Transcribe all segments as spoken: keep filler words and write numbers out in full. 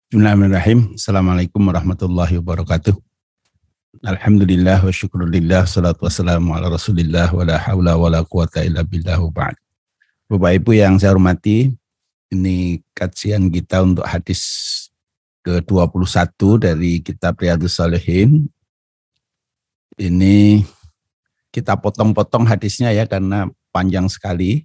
Bismillahirrahmanirrahim. Assalamualaikum warahmatullahi wabarakatuh. Alhamdulillah wa syukurillah, salatu wassalamu ala rasulillah, wa la hawla wa la quwata illa billah wa ba'd. Bapak Ibu yang saya hormati, ini kajian kita untuk hadis ke dua puluh satu dari kitab Riyadhus Shalihin. Ini kita potong-potong hadisnya ya, karena panjang sekali.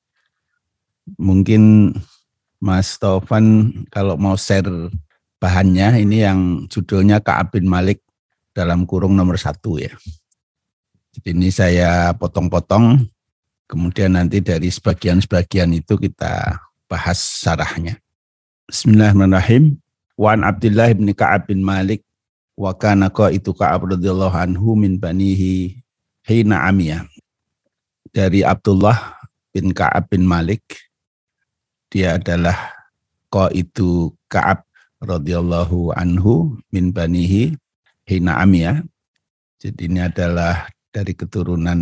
Mungkin Mas Taufan kalau mau share bahannya, ini yang judulnya Ka'ab bin Malik dalam kurung nomor satu ya. Jadi ini saya potong-potong, kemudian nanti dari sebagian-sebagian itu kita bahas syarahnya. Bismillahirrahmanirrahim. Wa an Abdullah bin Ka'ab bin Malik wa kana qaitu Ka'ab radhiyallahu anhu min banihi hina amiyah. Dari Abdullah bin Ka'ab bin Malik, dia adalah qaitu Ka'ab radhiyallahu anhu min banihi hina amiyah. Jadi ini adalah dari keturunan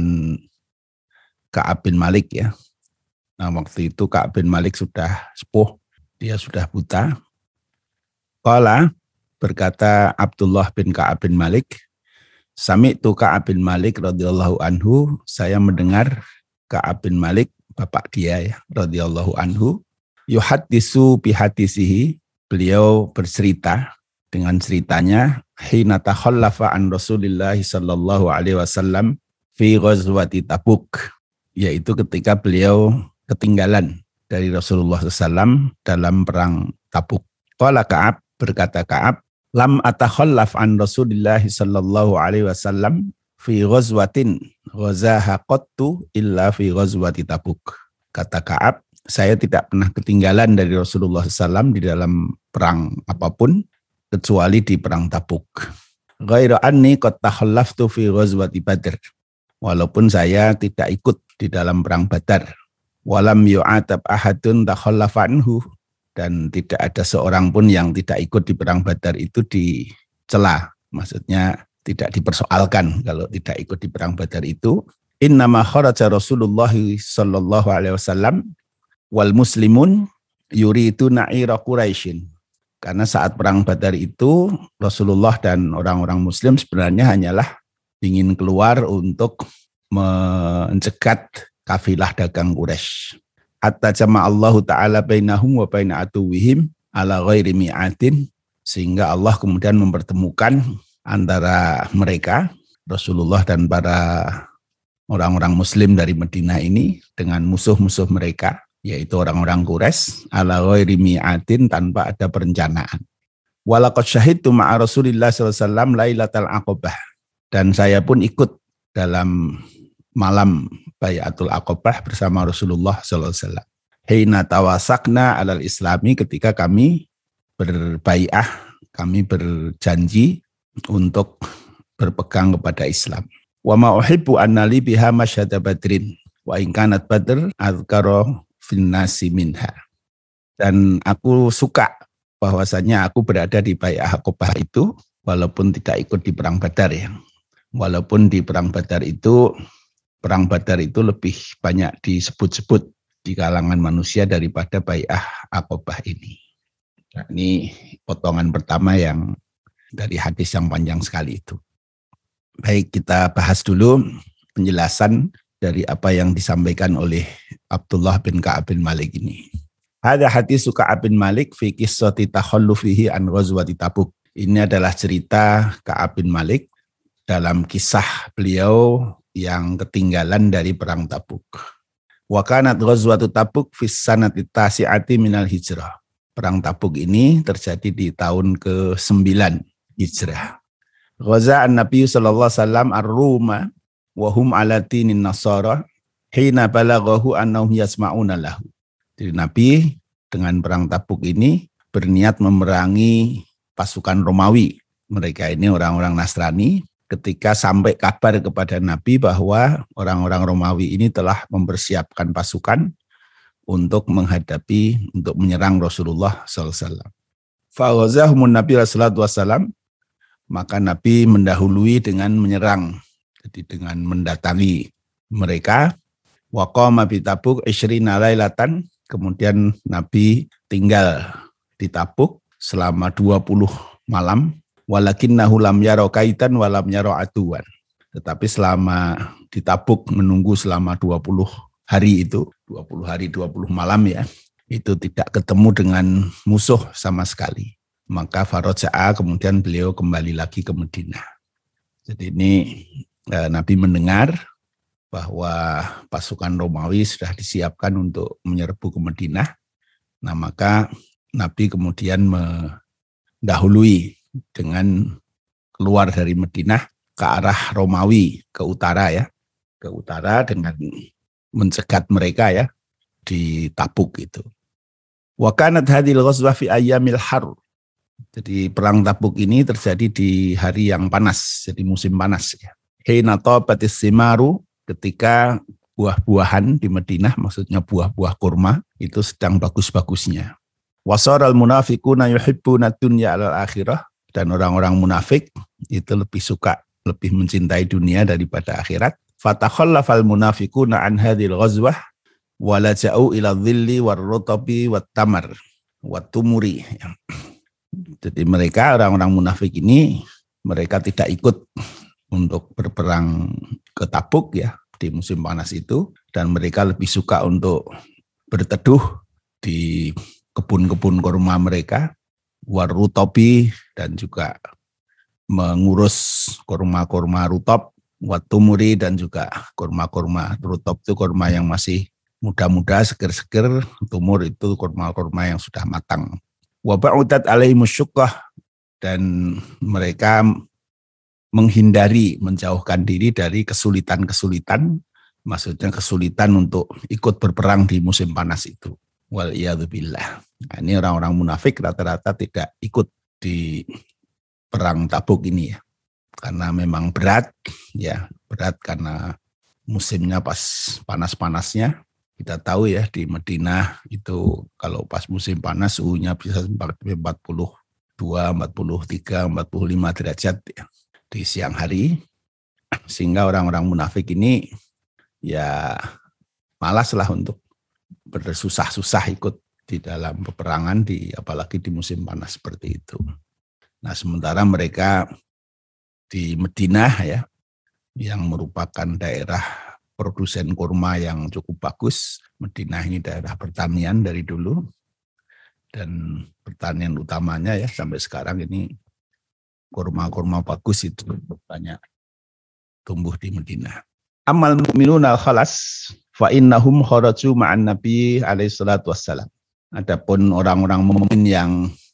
Ka'ab bin Malik ya. Nah waktu itu Ka'ab bin Malik sudah sepuh, dia sudah buta. Qala, berkata Abdullah bin Ka'ab bin Malik, sami'tu Ka'ab bin Malik radhiyallahu anhu, saya mendengar Ka'ab bin Malik, bapak dia ya, radhiyallahu anhu, yuhaddisu bihadisihi, beliau bercerita dengan ceritanya, hina takhallafa an Rasulillah sallallahu alaihi wasallam fi ghazwati Tabuk, yaitu ketika beliau ketinggalan dari Rasulullah sallallahu alaihi wasallam dalam perang Tabuk. Qala Ka'ab, berkata Ka'ab, lam atakhallaf an Rasulillah sallallahu alaihi wasallam fi ghazwatin ghazaha qattu illa fi ghazwati Tabuk. Kata Ka'ab, saya tidak pernah ketinggalan dari Rasulullah sallallahu alaihi wasallam di dalam perang apapun kecuali di perang Tabuk. Ghairu anni qad takhallaftu fi ghazwati Badr. Walaupun saya tidak ikut di dalam perang Badar. Walam yu'atab ahadun takhallafa anhu, dan tidak ada seorang pun yang tidak ikut di perang Badar itu dicela. Maksudnya tidak dipersoalkan kalau tidak ikut di perang Badar itu. Innama kharaja Rasulullah sallallahu alaihi wasallam wal muslimun yuridu na'ira Quraisyin. Karena saat perang Badar itu Rasulullah dan orang-orang muslim sebenarnya hanyalah ingin keluar untuk mencegat kafilah dagang Quraisy. Hatta jama'allahu ta'ala bainahum wa baina atuwihim ala ghairi mi'atin, sehingga Allah kemudian mempertemukan antara mereka, Rasulullah dan para orang-orang muslim dari Madinah ini dengan musuh-musuh mereka, yaitu orang-orang Quraisy, ala ghairi mi'atin, tanpa ada perencanaan. Walaqad syahidtu ma'a Rasulillah sallallahu alaihi wasallam lailatal aqabah, dan saya pun ikut dalam malam Bayatul Aqabah bersama Rasulullah sallallahu alaihi wasallam. Hina tawasakna alal islami, ketika kami berbai'ah, kami berjanji untuk berpegang kepada Islam. Wa ma uhibbu annali biha masyhada badrin wa in kanat badr azkara finnasi minha. Dan aku suka bahwasanya aku berada di Bai'ah Aqabah itu walaupun tidak ikut di perang Badar ya. Walaupun di perang Badar itu perang Badar itu lebih banyak disebut-sebut di kalangan manusia daripada Bai'ah Aqabah ini. Nah, ini potongan pertama yang dari hadis yang panjang sekali itu. Baik, kita bahas dulu penjelasan dari apa yang disampaikan oleh Abdullah bin Ka'ab bin Malik ini. Hadza hadisu Ka'ab bin Malik fi qissati takhallufihi an ghazwati Tabuk. Ini adalah cerita Ka'ab bin Malik dalam kisah beliau yang ketinggalan dari perang Tabuk. Wa kanat ghazwatu Tabuk fi sanati tasi'ati minal hijrah. Perang Tabuk ini terjadi di tahun ke sembilan Hijrah. Ghaza an-Nabi sallallahu alaihi wasallam ar-Ruma wa hum ala dinin Nasara hina balaghahu annahum yasma'una lahu. Jadi Nabi dengan perang Tabuk ini berniat memerangi pasukan Romawi. Mereka ini orang-orang Nasrani. Ketika sampai kabar kepada Nabi bahwa orang-orang Romawi ini telah mempersiapkan pasukan untuk menghadapi, untuk menyerang Rasulullah sallallahu alaihi wasallam. Faghazahumun Nabi sallallahu alaihi wasallam, maka Nabi mendahului dengan menyerang, jadi dengan mendatangi mereka. Wa qama bi Tabuk isyrina lailatan, kemudian Nabi tinggal di Tabuk selama dua puluh malam, walakinnahu lam yara kaitan walam yara aduan. Tetapi selama di Tabuk menunggu selama dua puluh hari itu, dua puluh hari dua puluh malam ya, itu tidak ketemu dengan musuh sama sekali. Maka faraja'a, kemudian beliau kembali lagi ke Madinah. Jadi ini eh, Nabi mendengar bahwa pasukan Romawi sudah disiapkan untuk menyerbu ke Madinah. Nah maka Nabi kemudian mendahului dengan keluar dari Madinah ke arah Romawi, ke utara ya, ke utara dengan mencegat mereka ya di Tabuk itu. Wa kanat hadhil ghazwah fi ayyamil har. Jadi perang Tabuk ini terjadi di hari yang panas, jadi musim panas ya. Hina tabatis simaru, ketika buah-buahan di Madinah, maksudnya buah-buah kurma itu sedang bagus-bagusnya. Wasaral munafiquna yuhibbuna dunya alal akhirah, dan orang-orang munafik itu lebih suka, lebih mencintai dunia daripada akhirat. Fatakhallafal munafiquna an hadhil ghazwah wa laja'u ila dhilli warrutabi wattamar wattumuri. Jadi mereka orang-orang munafik ini mereka tidak ikut untuk berperang ke Tabuk ya di musim panas itu, dan mereka lebih suka untuk berteduh di kebun-kebun kurma mereka, warrutabi, dan juga mengurus kurma-kurma rutop, wattumuri, dan juga kurma-kurma rutop itu kurma yang masih muda-muda, seger-seger, tumur itu kurma-kurma yang sudah matang. Wa ba'udat alaihimus syuqqah, dan mereka menghindari, menjauhkan diri dari kesulitan-kesulitan, maksudnya kesulitan untuk ikut berperang di musim panas itu. Wal iyadzubillah. Nah, ini orang-orang munafik rata-rata tidak ikut di perang Tabuk ini ya. Karena memang berat, ya, berat karena musimnya pas panas-panasnya. Kita tahu ya di Madinah itu kalau pas musim panas suhunya bisa empat puluh dua, empat puluh tiga, empat puluh lima derajat ya, di siang hari. Sehingga orang-orang munafik ini ya malaslah untuk bersusah-susah ikut di dalam peperangan, di apalagi di musim panas seperti itu. Nah sementara mereka di Madinah ya, yang merupakan daerah produsen kurma yang cukup bagus. Madinah ini daerah pertanian dari dulu, dan pertanian utamanya ya sampai sekarang ini kurma-kurma bagus itu banyak tumbuh di Madinah. Amal mu'minuna al-khalas fa innahum kharaju ma'an nabi alaihi salatu wassalam. Adapun orang-orang mukmin yang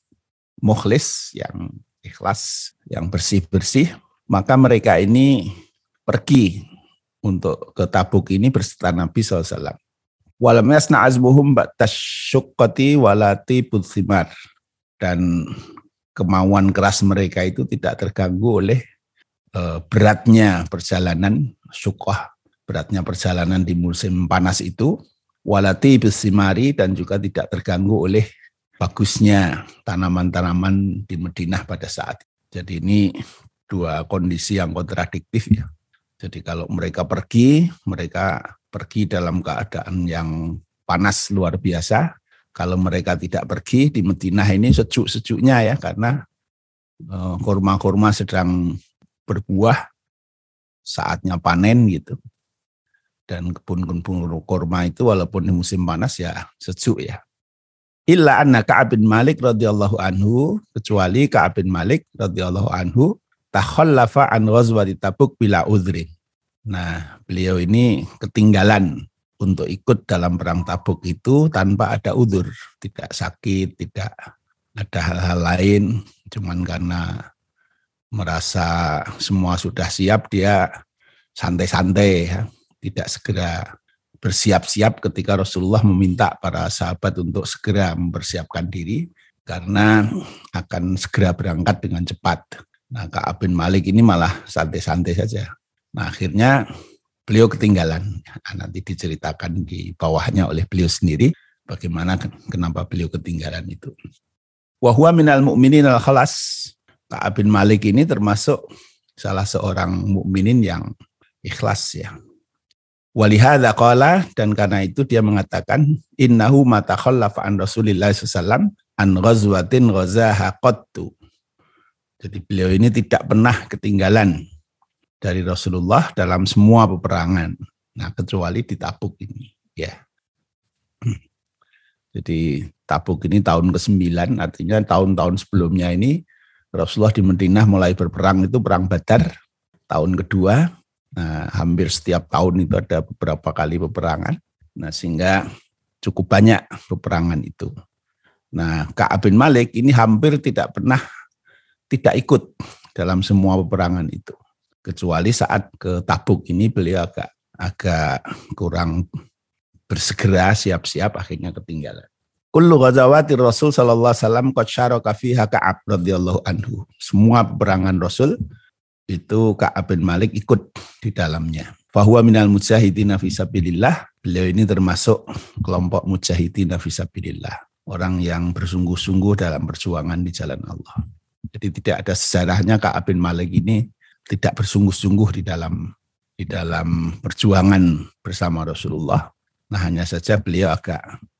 mukhlis, yang ikhlas, yang bersih-bersih, maka mereka ini pergi untuk ke Tabuk ini berserta Nabi shallallahu alaihi wasallam. Walam yasna azmuhum ba'tasyuqqati walati buthimar. Dan kemauan keras mereka itu tidak terganggu oleh e, beratnya perjalanan, syuqqah, beratnya perjalanan di musim panas itu, walati buthimari, dan juga tidak terganggu oleh bagusnya tanaman-tanaman di Madinah pada saat itu. Jadi ini dua kondisi yang kontradiktif ya. Jadi kalau mereka pergi, mereka pergi dalam keadaan yang panas luar biasa. Kalau mereka tidak pergi, di Madinah ini sejuk-sejuknya ya, karena uh, kurma-kurma sedang berbuah, saatnya panen gitu. Dan kebun-kebun kurma itu walaupun di musim panas ya sejuk ya. Illa anna Ka'ab bin Malik radhiyallahu anhu, kecuali Ka'ab bin Malik radhiyallahu anhu takhallafa an ghazwati Tabuk bila udhrin. Nah, beliau ini ketinggalan untuk ikut dalam perang Tabuk itu tanpa ada udzur, tidak sakit, tidak ada hal-hal lain, cuman karena merasa semua sudah siap dia santai-santai ya, tidak segera bersiap-siap ketika Rasulullah meminta para sahabat untuk segera mempersiapkan diri karena akan segera berangkat dengan cepat. Nah, Ka'ab bin Malik ini malah santai-santai saja. Nah, akhirnya beliau ketinggalan. Nah, nanti diceritakan di bawahnya oleh beliau sendiri bagaimana kenapa beliau ketinggalan itu. Wa huwa minal mu'minin al-khalas. Ka'ab bin Malik ini termasuk salah seorang mukminin yang ikhlas ya. Walihadza qala, dan karena itu dia mengatakan innahu ma takhallafa an Rasulillah sallallahu alaihi wasallam, an ghazwatin ghazaha qattu. Jadi beliau ini tidak pernah ketinggalan dari Rasulullah dalam semua peperangan. Nah, kecuali di Tabuk ini, ya. Jadi Tabuk ini tahun kesembilan, artinya tahun-tahun sebelumnya ini Rasulullah di Madinah mulai berperang itu perang Badar, tahun kedua. Nah, hampir setiap tahun itu ada beberapa kali peperangan. Nah, sehingga cukup banyak peperangan itu. Nah, Ka'ab bin Malik ini hampir tidak pernah tidak ikut dalam semua peperangan itu. Kecuali saat ke Tabuk ini beliau agak agak kurang bersegera, siap-siap, akhirnya ketinggalan. Kullu ghazawati Rasul sallallahu alaihi wasallam qad syaraka fiha Ka'ab radhiyallahu anhu. Semua peperangan Rasul itu Ka'ab bin Malik ikut di dalamnya. Fahuwa minal mujahidina fi sabilillah. Beliau ini termasuk kelompok mujahidina fi sabilillah. Orang yang bersungguh-sungguh dalam perjuangan di jalan Allah. Jadi tidak ada sejarahnya Ka'ab bin Malik ini tidak bersungguh-sungguh di dalam di dalam perjuangan bersama Rasulullah. Nah, hanya saja beliau agak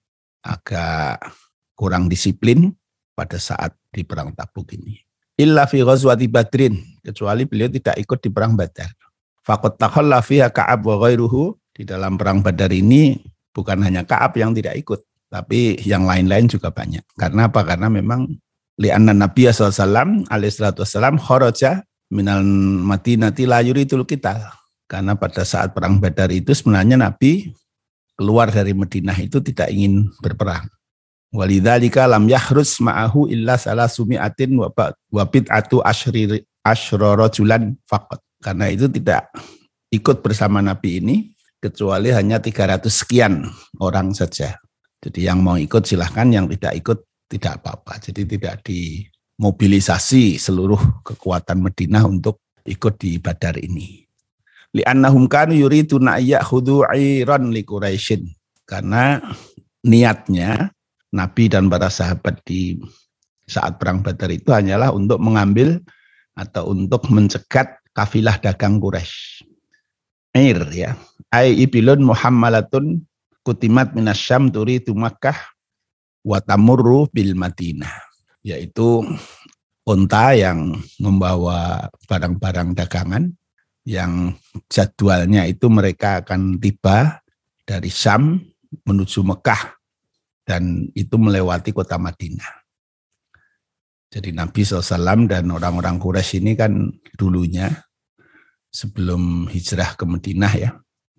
agak kurang disiplin pada saat di perang Tabuk ini. Illa fi ghazwati Badrin, kecuali beliau tidak ikut di perang Badar. Faqad takhalla fiha Ka'ab wa ghairuhu. Di dalam perang Badar ini bukan hanya Ka'ab yang tidak ikut, tapi yang lain-lain juga banyak. Karena apa? Karena memang li'anna Nabi sallallahu alaihi wasallam alaihi salatu wasallam kharaja minal Madinati la yuridul qital. Karena pada saat perang Badar itu sebenarnya Nabi keluar dari Madinah itu tidak ingin berperang. Walidzalika lam yahrus ma'ahu illa salasumi'atin wa bid'atu asyri asyra rajulan faqat. Karena itu tidak ikut bersama Nabi ini kecuali hanya tiga ratus sekian orang saja. Jadi yang mau ikut silahkan, yang tidak ikut tidak apa-apa. Jadi tidak dimobilisasi seluruh kekuatan Madinah untuk ikut di Badar ini. Li'annahum kanu yuriduna ya'khudhu 'iran li Quraisyin. Karena niatnya Nabi dan para sahabat di saat perang Badar itu hanyalah untuk mengambil atau untuk mencegat kafilah dagang Quraisy. Air ya. Ai ibilun muhammalatun kutimat minasyam turidu Makkah wa tamurru bil Madinah. Yaitu unta yang membawa barang-barang dagangan yang jadwalnya itu mereka akan tiba dari Syam menuju Mekah dan itu melewati kota Madinah. Jadi Nabi shallallahu alaihi wasallam dan orang-orang Quraisy ini kan dulunya sebelum hijrah ke Madinah ya,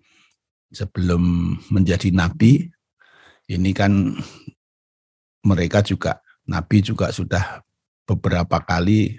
sebelum menjadi Nabi, ini kan mereka juga, Nabi juga sudah beberapa kali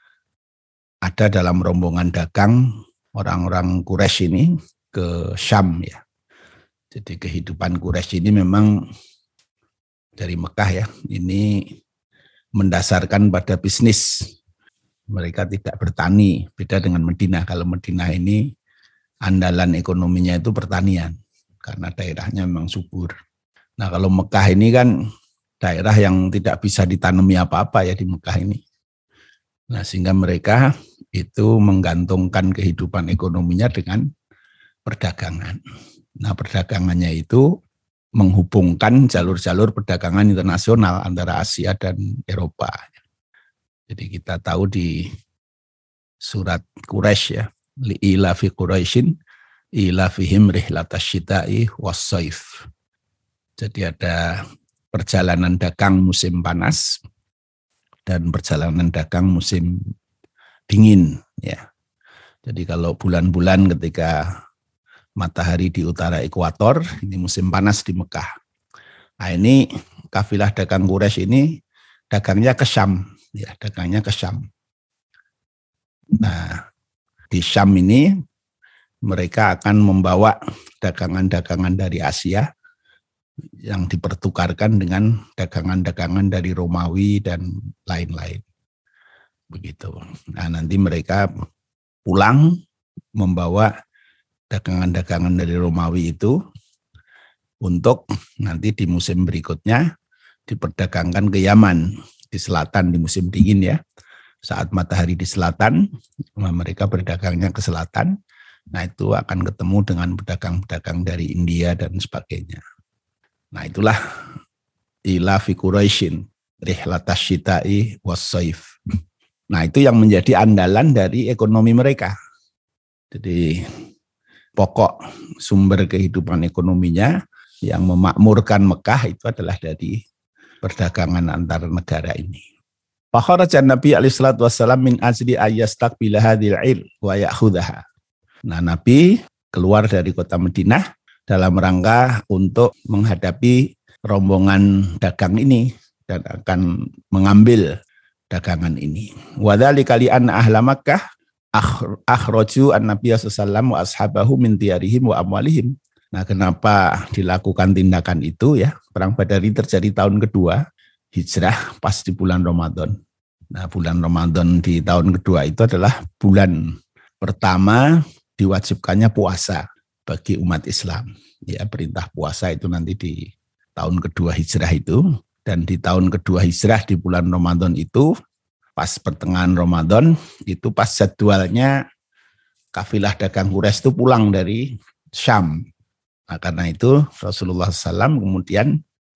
ada dalam rombongan dagang orang-orang Quraisy ini ke Syam ya. Jadi kehidupan Quraisy ini memang dari Mekah ya, ini mendasarkan pada bisnis. Mereka tidak bertani, beda dengan Madinah. Kalau Madinah ini andalan ekonominya itu pertanian, karena daerahnya memang subur. Nah kalau Mekah ini kan daerah yang tidak bisa ditanami apa-apa ya di Mekah ini. Nah sehingga mereka itu menggantungkan kehidupan ekonominya dengan perdagangan. Nah perdagangannya itu menghubungkan jalur-jalur perdagangan internasional antara Asia dan Eropa. Jadi kita tahu di surat Quraisy ya, li'ilafi Quraisyin ilafihim rihlatasyita'i was-saif. Jadi ada perjalanan dagang musim panas dan perjalanan dagang musim dingin ya. Jadi kalau bulan-bulan ketika matahari di utara ekuator, ini musim panas di Mekah. Nah ini kafilah dagang Quraisy ini dagangnya ke Syam, ya dagangnya ke Syam. Nah di Syam ini mereka akan membawa dagangan-dagangan dari Asia yang dipertukarkan dengan dagangan-dagangan dari Romawi dan lain-lain. Begitu. Nah nanti mereka pulang membawa dagangan-dagangan dari Romawi itu untuk nanti di musim berikutnya diperdagangkan ke Yaman di selatan di musim dingin ya. Saat matahari di selatan, mereka berdagangnya ke selatan. Nah itu akan ketemu dengan pedagang-pedagang dari India dan sebagainya. Nah itulah ila fi Quraisyin. rihlatas syita'i was-saif. Nah, itu yang menjadi andalan dari ekonomi mereka. Jadi pokok sumber kehidupan ekonominya yang memakmurkan Mekah itu adalah dari perdagangan antar negara ini. Fakharajan Nabi alaihi salatu wassalam min ajli ayyastaqbila hadhil 'ir wa ya'khudhaha. Nah, Nabi keluar dari kota Madinah dalam rangka untuk menghadapi rombongan dagang ini dan akan mengambil dagangan ini. Wa dzalika li anna ahla Makkah akhraju an-nabiy sallallahu alaihi wasallam wa ashabahu min diyarihim wa amwalihim. Nah, kenapa dilakukan tindakan itu ya? Perang Badar ini terjadi tahun kedua hijrah pas di bulan Ramadan. Nah, bulan Ramadan di tahun kedua itu adalah bulan pertama diwajibkannya puasa bagi umat Islam. Ya, perintah puasa itu nanti di tahun kedua hijrah itu. Dan di tahun kedua hijrah di bulan Ramadan itu, pas pertengahan Ramadan, itu pas jadwalnya kafilah dagang Quraisy itu pulang dari Syam. Nah, karena itu Rasulullah shallallahu alaihi wasallam kemudian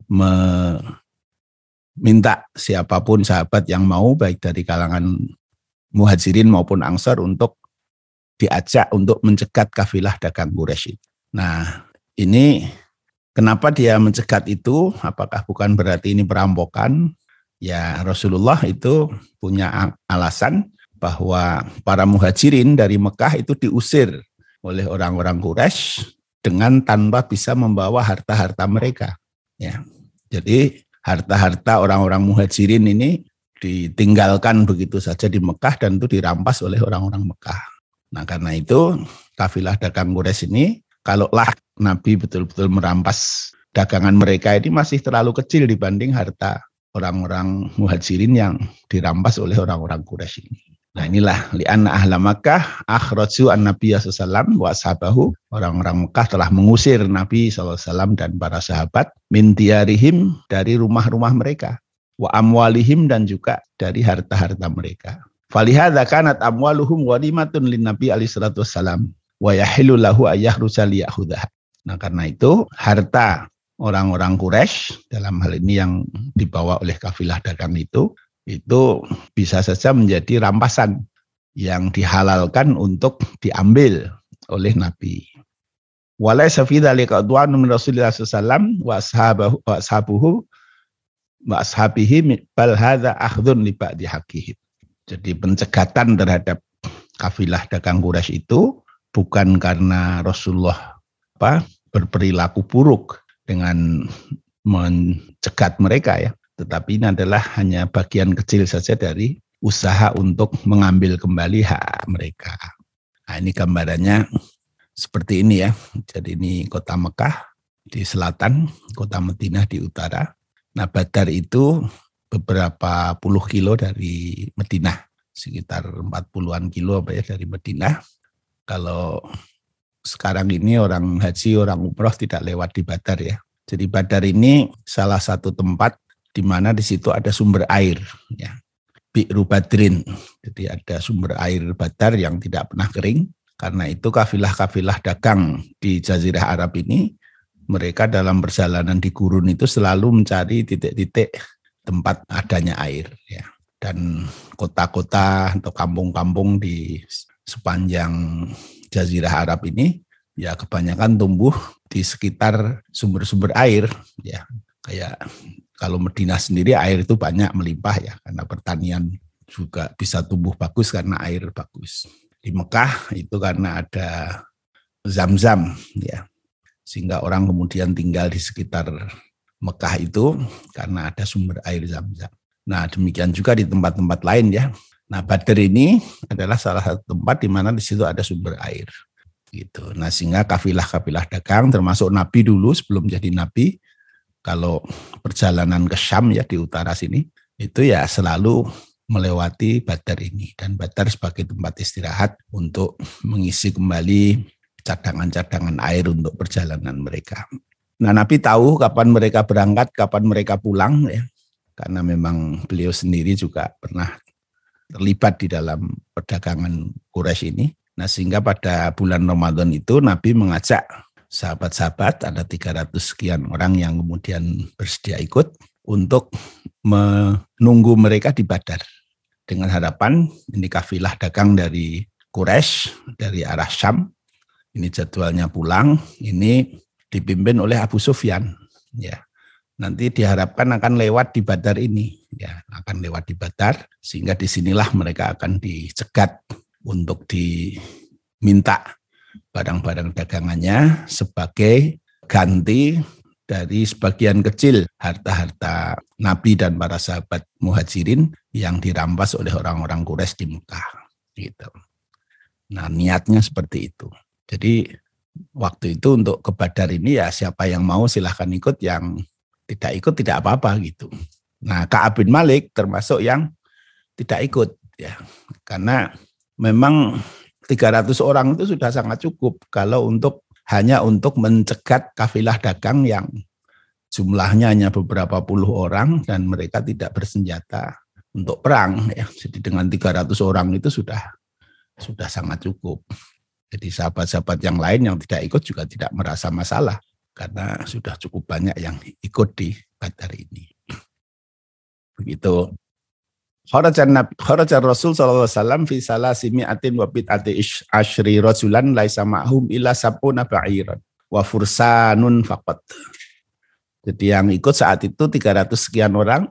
meminta siapapun sahabat yang mau, baik dari kalangan muhajirin maupun ansar, untuk diajak untuk mencegat kafilah dagang Quraisy. Nah, ini kenapa dia mencegat itu? Apakah bukan berarti ini perampokan? Ya, Rasulullah itu punya alasan bahwa para muhajirin dari Mekah itu diusir oleh orang-orang Quraisy dengan tanpa bisa membawa harta-harta mereka. Ya, jadi harta-harta orang-orang muhajirin ini ditinggalkan begitu saja di Mekah dan itu dirampas oleh orang-orang Mekah. Nah, karena itu kafilah dagang Quraisy ini, kalaulah Nabi betul-betul merampas dagangan mereka, ini masih terlalu kecil dibanding harta orang-orang muhajirin yang dirampas oleh orang-orang Quraisy ini. Nah, inilah li'anna ahla Makkah akhraju an-nabiy sallallahu alaihi wasallam wa ashabahu. Orang-orang Mekah telah mengusir Nabi sallallahu alaihi wasallam dan para sahabat min diyarihim, dari rumah-rumah mereka, wa amwalihim, dan juga dari harta-harta mereka. Falihadza kanat amwaluhum ghanimatun lin-nabi alaihi salatu wassalam wa yahillu lahu ayyahruja liya'khudhaha. Nah, karena itu harta orang-orang Quraisy dalam hal ini yang dibawa oleh kafilah dagang itu itu bisa saja menjadi rampasan yang dihalalkan untuk diambil oleh Nabi. Walaysa fi dzalika udwanun min Rasulillah sallallahu alaihi wasallam wa ashabahu wa ashabuhu wa ashabihi bal hadza akhdhun li ba'di haqqihim. Jadi pencegatan terhadap kafilah dagang Quraisy itu bukan karena Rasulullah apa berperilaku buruk dengan mencegat mereka ya, tetapi ini adalah hanya bagian kecil saja dari usaha untuk mengambil kembali hak mereka. Nah, ini gambarannya seperti ini ya. Jadi ini kota Mekah di selatan, kota Madinah di utara. Nah, Badar itu beberapa puluh kilo dari Madinah, sekitar empat puluhan kilo apa ya dari Madinah. Kalau sekarang ini orang haji, orang umroh tidak lewat di Badar ya. Jadi Badar ini salah satu tempat di mana di situ ada sumber air ya. Bi'ru Badrin. Jadi ada sumber air Badar yang tidak pernah kering. Karena itu kafilah-kafilah dagang di Jazirah Arab ini, mereka dalam perjalanan di gurun itu selalu mencari titik-titik tempat adanya air ya. Dan kota-kota atau kampung-kampung di sepanjang Jazirah Arab ini ya kebanyakan tumbuh di sekitar sumber-sumber air ya. Kayak kalau Madinah sendiri air itu banyak melimpah ya, karena pertanian juga bisa tumbuh bagus karena air bagus. Di Mekah itu karena ada Zam-Zam ya, sehingga orang kemudian tinggal di sekitar Mekah itu karena ada sumber air Zam-Zam. Nah, demikian juga di tempat-tempat lain ya. Nah, Badar ini adalah salah satu tempat di mana di situ ada sumber air. Gitu. Nah, sehingga kafilah-kafilah dagang termasuk Nabi dulu sebelum jadi Nabi, kalau perjalanan ke Syam ya di utara sini, itu ya selalu melewati Badar ini. Dan Badar sebagai tempat istirahat untuk mengisi kembali cadangan-cadangan air untuk perjalanan mereka. Nah, Nabi tahu kapan mereka berangkat, kapan mereka pulang ya. Karena memang beliau sendiri juga pernah terlibat di dalam perdagangan Quraisy ini. Nah, sehingga pada bulan Ramadan itu Nabi mengajak sahabat-sahabat, ada tiga ratus sekian orang yang kemudian bersedia ikut untuk menunggu mereka di Badar. Dengan harapan ini kafilah dagang dari Quraisy, dari arah Syam. Ini jadwalnya pulang, ini dipimpin oleh Abu Sufyan. Ya, nanti diharapkan akan lewat di Badar ini. Ya, akan lewat di Badar, sehingga disinilah mereka akan dicegat untuk diminta barang-barang dagangannya sebagai ganti dari sebagian kecil harta-harta Nabi dan para sahabat Muhajirin yang dirampas oleh orang-orang Quraisy di Mekah. Gitu. Nah, niatnya seperti itu. Jadi waktu itu untuk ke Badar ini ya siapa yang mau silahkan ikut, yang tidak ikut tidak apa-apa gitu. Nah, Ka'ab bin Malik termasuk yang tidak ikut ya, karena memang tiga ratus orang itu sudah sangat cukup kalau untuk hanya untuk mencegat kafilah dagang yang jumlahnya hanya beberapa puluh orang dan mereka tidak bersenjata untuk perang ya. Jadi dengan tiga ratus orang itu sudah sudah sangat cukup. Jadi sahabat-sahabat yang lain yang tidak ikut juga tidak merasa masalah karena sudah cukup banyak yang ikut di Badar ini. Begitu. Kharajan Nabi kharajan Rasul sallallahu alaihi wasallam fi salasimi'atin wa bid'ati asyri rajulan laisa ma'hum illa sab'una ba'iran wa fursanun faqat. Jadi yang ikut saat itu tiga ratus sekian orang.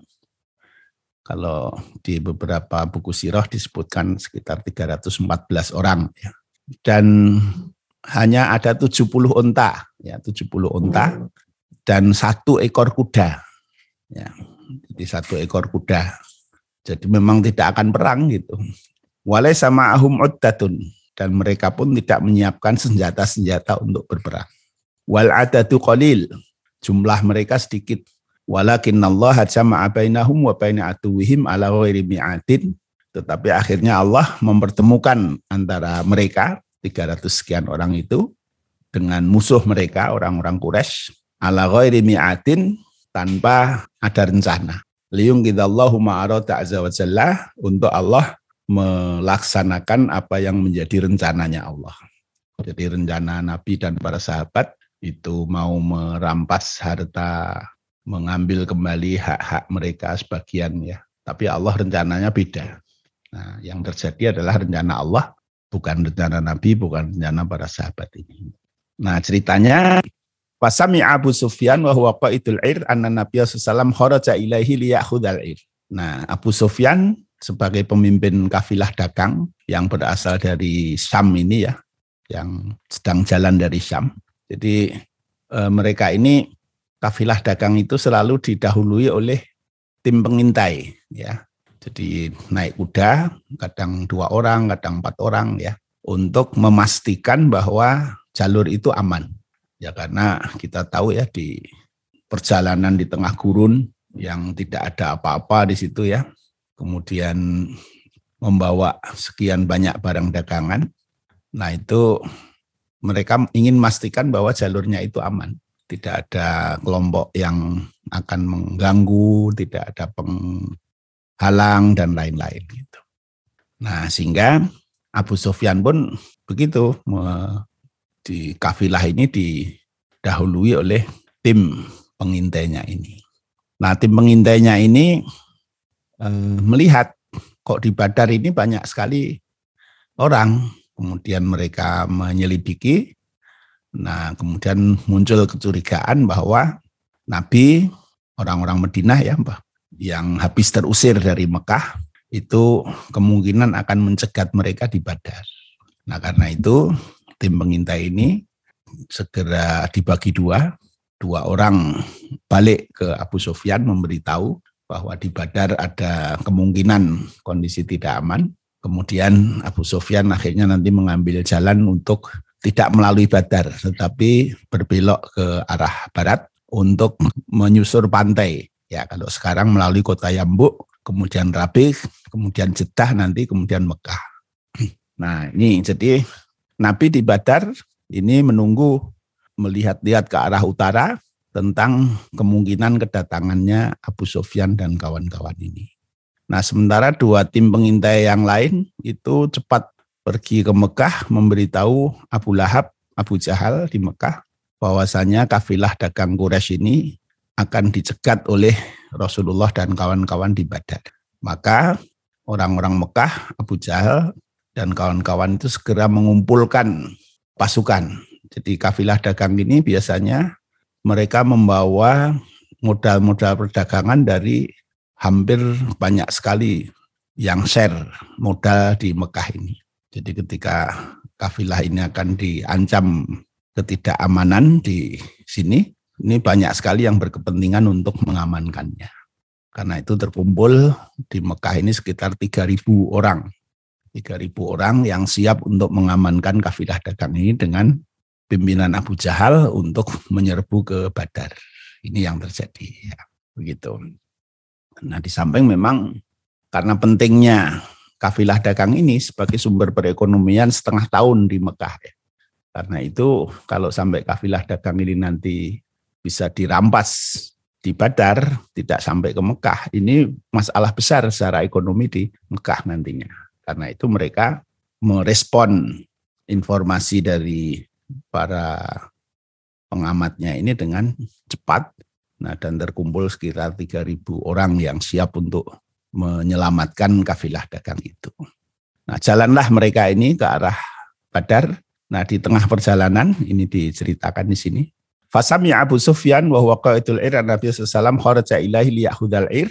Kalau di beberapa buku sirah disebutkan sekitar tiga ratus empat belas orang ya. Dan hanya ada tujuh puluh unta, ya tujuh puluh unta dan satu ekor kuda. Ya. Jadi satu ekor kuda. Jadi memang tidak akan perang gitu. Walaysa ma'ahum uddatun, dan mereka pun tidak menyiapkan senjata-senjata untuk berperang. Wal adadu qalil, jumlah mereka sedikit. Walakinnallaha jama'a bainahum wa baina aduwwihim ala ghairi mi'atin. Tetapi akhirnya Allah mempertemukan antara mereka tiga ratus sekian orang itu dengan musuh mereka orang-orang Quraisy ala ghairi mi'atin, tanpa ada rencana. Liyungkidallahu ma'arada azza wa jalla, untuk Allah melaksanakan apa yang menjadi rencananya Allah. Jadi rencana Nabi dan para sahabat itu mau merampas harta, mengambil kembali hak-hak mereka sebagian ya. Tapi Allah rencananya beda. Nah, yang terjadi adalah rencana Allah, bukan rencana Nabi, bukan rencana para sahabat ini. Nah, ceritanya Fasami Abu Sufyan wa huwa qaidul ir anna Nabiya sallallahu alaihi wasallam kharaja ilaihi liyakhudhal ir. Nah, Abu Sufyan sebagai pemimpin kafilah dagang yang berasal dari Syam ini ya, yang sedang jalan dari Syam. Jadi e, mereka ini kafilah dagang itu selalu didahului oleh tim pengintai ya. Jadi naik kuda, kadang dua orang, kadang empat orang ya, untuk memastikan bahwa jalur itu aman. Ya karena kita tahu ya di perjalanan di tengah gurun yang tidak ada apa-apa di situ ya, kemudian membawa sekian banyak barang dagangan. Nah itu mereka ingin memastikan bahwa jalurnya itu aman. Tidak ada kelompok yang akan mengganggu, tidak ada penghalang dan lain-lain gitu. Nah sehingga Abu Sufyan pun begitu, di kafilah ini didahului oleh tim pengintainya ini. Nah tim pengintainya ini eh, melihat kok di Badar ini banyak sekali orang, kemudian mereka menyelidiki. Nah kemudian muncul kecurigaan bahwa Nabi, orang-orang Madinah ya, yang habis terusir dari Mekah itu kemungkinan akan mencegat mereka di Badar. Nah karena itu tim pengintai ini segera dibagi dua, dua orang balik ke Abu Sufyan memberitahu bahwa di Badar ada kemungkinan kondisi tidak aman. Kemudian Abu Sufyan akhirnya nanti mengambil jalan untuk tidak melalui Badar, tetapi berbelok ke arah barat untuk menyusur pantai. Ya kalau sekarang melalui kota Yambuk, kemudian Rabigh, kemudian Jeddah, nanti kemudian Mekah. Nah ini jadi Nabi di Badar ini menunggu, melihat-lihat ke arah utara tentang kemungkinan kedatangannya Abu Sufyan dan kawan-kawan ini. Nah sementara dua tim pengintai yang lain itu cepat pergi ke Mekah memberitahu Abu Lahab, Abu Jahal di Mekah bahwasanya kafilah dagang Quraisy ini akan dicegat oleh Rasulullah dan kawan-kawan di Badar. Maka orang-orang Mekah, Abu Jahal dan kawan-kawan itu segera mengumpulkan pasukan. Jadi kafilah dagang ini biasanya mereka membawa modal-modal perdagangan dari hampir banyak sekali yang share modal di Mekah ini. Jadi ketika kafilah ini akan diancam ketidakamanan di sini, ini banyak sekali yang berkepentingan untuk mengamankannya. Karena itu terkumpul di Mekah ini sekitar tiga ribu orang. tiga ribu orang yang siap untuk mengamankan kafilah dagang ini dengan pimpinan Abu Jahal untuk menyerbu ke Badar. Ini yang terjadi. Ya, begitu. Nah, di samping memang karena pentingnya kafilah dagang ini sebagai sumber perekonomian setengah tahun di Mekah. Ya. Karena itu kalau sampai kafilah dagang ini nanti bisa dirampas di Badar, tidak sampai ke Mekah, ini masalah besar secara ekonomi di Mekah nantinya. Karena itu mereka merespon informasi dari para pengamatnya ini dengan cepat. Nah, dan terkumpul sekitar tiga ribu orang yang siap untuk menyelamatkan kafilah dagang itu. Nah, jalanlah mereka ini ke arah Badar. Nah, di tengah perjalanan, ini diceritakan di sini. Fasami Abu Sufyan wa huwa qaidul ir Nabi sallallahu alaihi wasallam kharaja ilaihi liya'khudhal ir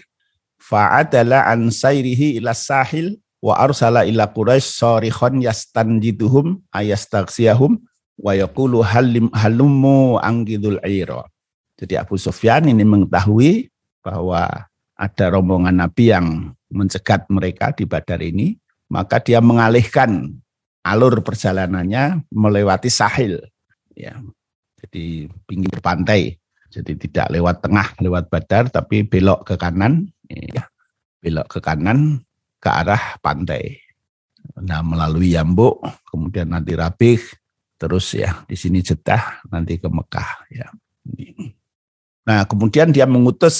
fa'adala an sayrihi ila sahil wa arsala ila Quraisy sarikhan yastanjiduhum ayastaghsiyahum wa yaqulu halim halummu angidul ira. Jadi Abu Sufyan ini mengetahui bahwa ada rombongan Nabi yang mencegat mereka di Badar ini, maka dia mengalihkan alur perjalanannya melewati sahil, ya. Jadi pinggir pantai, jadi tidak lewat tengah, lewat Badar, tapi belok ke kanan, ya, belok ke kanan ke arah pantai. Nah, melalui Yambuk, kemudian nanti Rabigh, terus ya di sini Jeddah, nanti ke Mekah. Ya. Nah, kemudian dia mengutus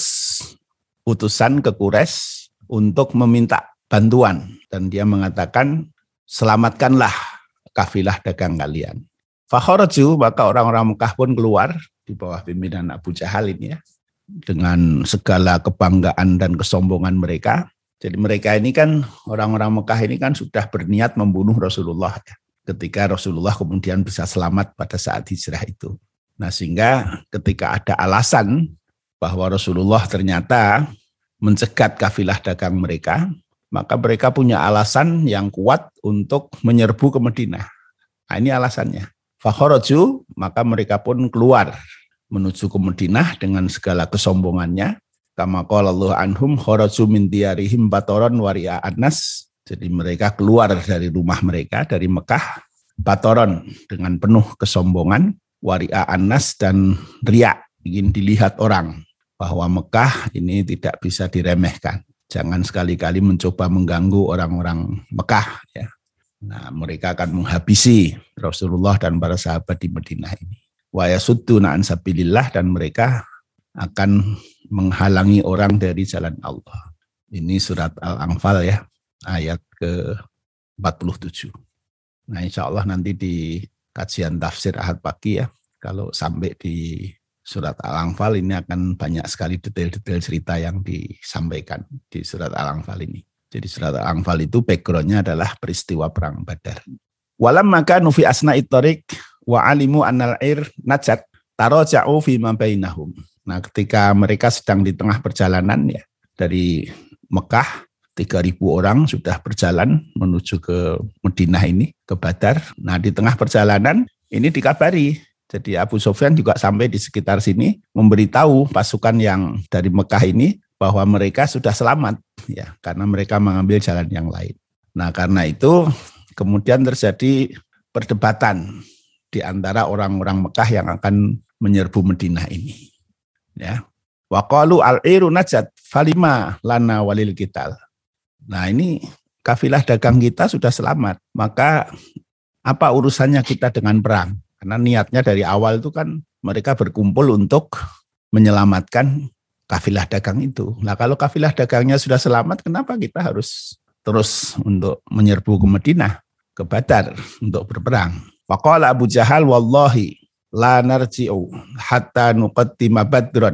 utusan ke Quraisy untuk meminta bantuan dan dia mengatakan selamatkanlah kafilah dagang kalian. Fakharaju, maka orang-orang Mekah pun keluar di bawah pimpinan Abu Jahal ini ya, dengan segala kebanggaan dan kesombongan mereka. Jadi mereka ini kan, orang-orang Mekah ini kan sudah berniat membunuh Rasulullah ya, ketika Rasulullah kemudian bisa selamat pada saat hijrah itu. Nah, sehingga ketika ada alasan bahwa Rasulullah ternyata mencegat kafilah dagang mereka, maka mereka punya alasan yang kuat untuk menyerbu ke Madinah. Nah, ini alasannya. Fakharaju, maka mereka pun keluar menuju ke Madinah dengan segala kesombongannya. Kama qala Allah anhum kharaju min diyarihim batoron wari'a annas. Jadi mereka keluar dari rumah mereka dari Mekah batoron dengan penuh kesombongan, wari'a annas dan riya, ingin dilihat orang bahwa Mekah ini tidak bisa diremehkan. Jangan sekali-kali mencoba mengganggu orang-orang Mekah ya. Nah, mereka akan menghabisi Rasulullah dan para sahabat di Madinah ini. Wa yasudduna an sabilillah, dan mereka akan menghalangi orang dari jalan Allah. Ini surat Al-Anfal ya, ayat ke empat puluh tujuh. Nah, insya Allah nanti di kajian tafsir Ahad pagi ya, kalau sampai di surat Al-Anfal ini akan banyak sekali detail-detail cerita yang disampaikan di surat Al-Anfal ini. Jadi surat Al-Anfal itu backgroundnya adalah peristiwa perang Badar. Walam maka nufi asna'it thariq wa alimu annal air najat taraja'u fi ma bainahum. Nah, ketika mereka sedang di tengah perjalanan ya dari Mekah, tiga ribu orang sudah berjalan menuju ke Madinah ini, ke Badar. Nah, di tengah perjalanan ini dikabari. Jadi Abu Sufyan juga sampai di sekitar sini memberitahu pasukan yang dari Mekah ini bahwa mereka sudah selamat ya, karena mereka mengambil jalan yang lain. Nah, karena itu kemudian terjadi perdebatan di antara orang-orang Mekah yang akan menyerbu Madinah ini. Ya. Wa qalu al-iru najat falima lana walil qital. Nah, ini kafilah dagang kita sudah selamat, maka apa urusannya kita dengan perang? Karena niatnya dari awal itu kan mereka berkumpul untuk menyelamatkan kafilah dagang itu. Nah, kalau kafilah dagangnya sudah selamat, kenapa kita harus terus untuk menyerbu ke Madinah, ke Badar untuk berperang? Faqala Abu Jahal wallahi la narji'u hatta nuqattima badran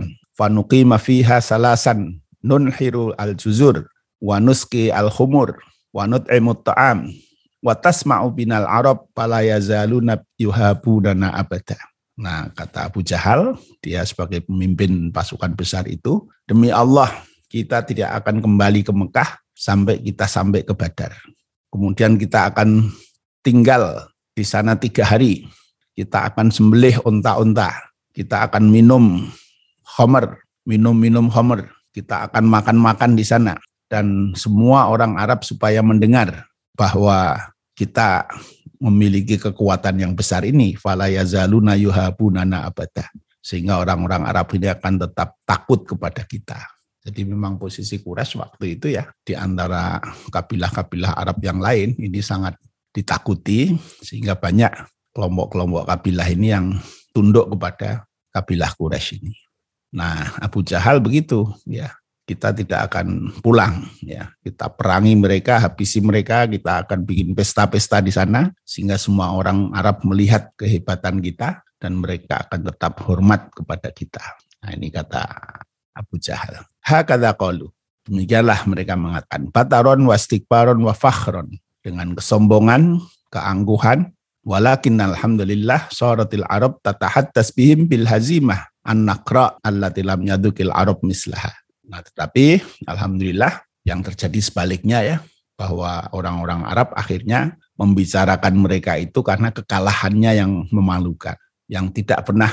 fanuqima fiha salasan nunhiru al-juzur wa nuski al-khumur wa nut'imut ta'am wa tasma'u binal arab fala yazaluna yuhabunana abada. Nah, kata Abu Jahal, dia sebagai pemimpin pasukan besar itu, demi Allah kita tidak akan kembali ke Mekah sampai kita sampai ke Badar. Kemudian kita akan tinggal di sana tiga hari. Kita akan sembelih unta-unta. Kita akan minum khamr, minum-minum khamr. Kita akan makan-makan di sana. Dan semua orang Arab supaya mendengar bahwa kita memiliki kekuatan yang besar ini, fala yazaluna yuhabunana abada, sehingga orang-orang Arab ini akan tetap takut kepada kita. Jadi memang posisi Quraisy waktu itu ya, di antara kabilah-kabilah Arab yang lain ini sangat ditakuti, sehingga banyak kelompok-kelompok kabilah ini yang tunduk kepada kabilah Quraisy ini. Nah, Abu Jahal begitu ya. Kita tidak akan pulang, ya. Kita perangi mereka, habisi mereka, kita akan bikin pesta-pesta di sana, sehingga semua orang Arab melihat kehebatan kita, dan mereka akan tetap hormat kepada kita. Nah, ini kata Abu Jahal. Hakadha qalu. Demikianlah mereka mengatakan, bataron wastikbaron wa fakhron, dengan kesombongan, keangkuhan, walakin alhamdulillah suratil Arab tatahaddas bihim bil hazimah an-naqra allati lam yadukil Arab mislaha. Nah, tetapi alhamdulillah yang terjadi sebaliknya ya, bahwa orang-orang Arab akhirnya membicarakan mereka itu karena kekalahannya yang memalukan, yang tidak pernah